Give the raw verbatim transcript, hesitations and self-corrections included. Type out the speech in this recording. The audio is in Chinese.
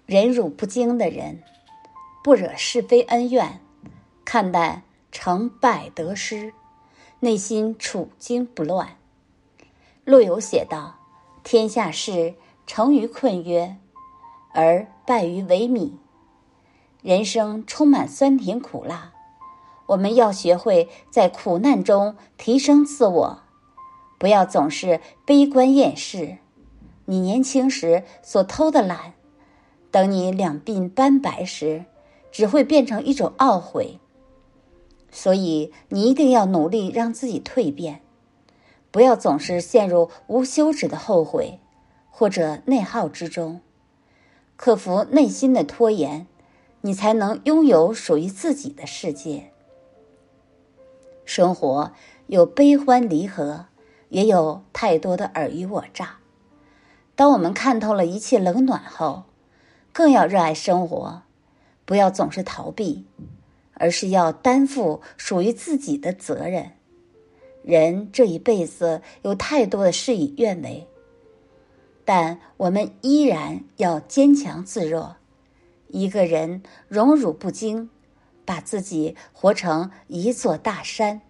忍辱不惊的人，不惹是非恩怨，看待成败得失，内心处惊不乱。陆游写道：天下事成于困约，而败于萎靡。人生充满酸甜苦辣，我们要学会在苦难中提升自我，不要总是悲观厌世。你年轻时所偷的懒，等你两鬓斑白时，只会变成一种懊悔。所以你一定要努力让自己蜕变，不要总是陷入无休止的后悔或者内耗之中。克服内心的拖延，你才能拥有属于自己的世界。生活有悲欢离合，也有太多的尔虞我诈。当我们看透了一切冷暖后，更要热爱生活，不要总是逃避，而是要担负属于自己的责任。人这一辈子有太多的事与愿违，但我们依然要坚强自若。一个人荣辱不惊，把自己活成一座大山。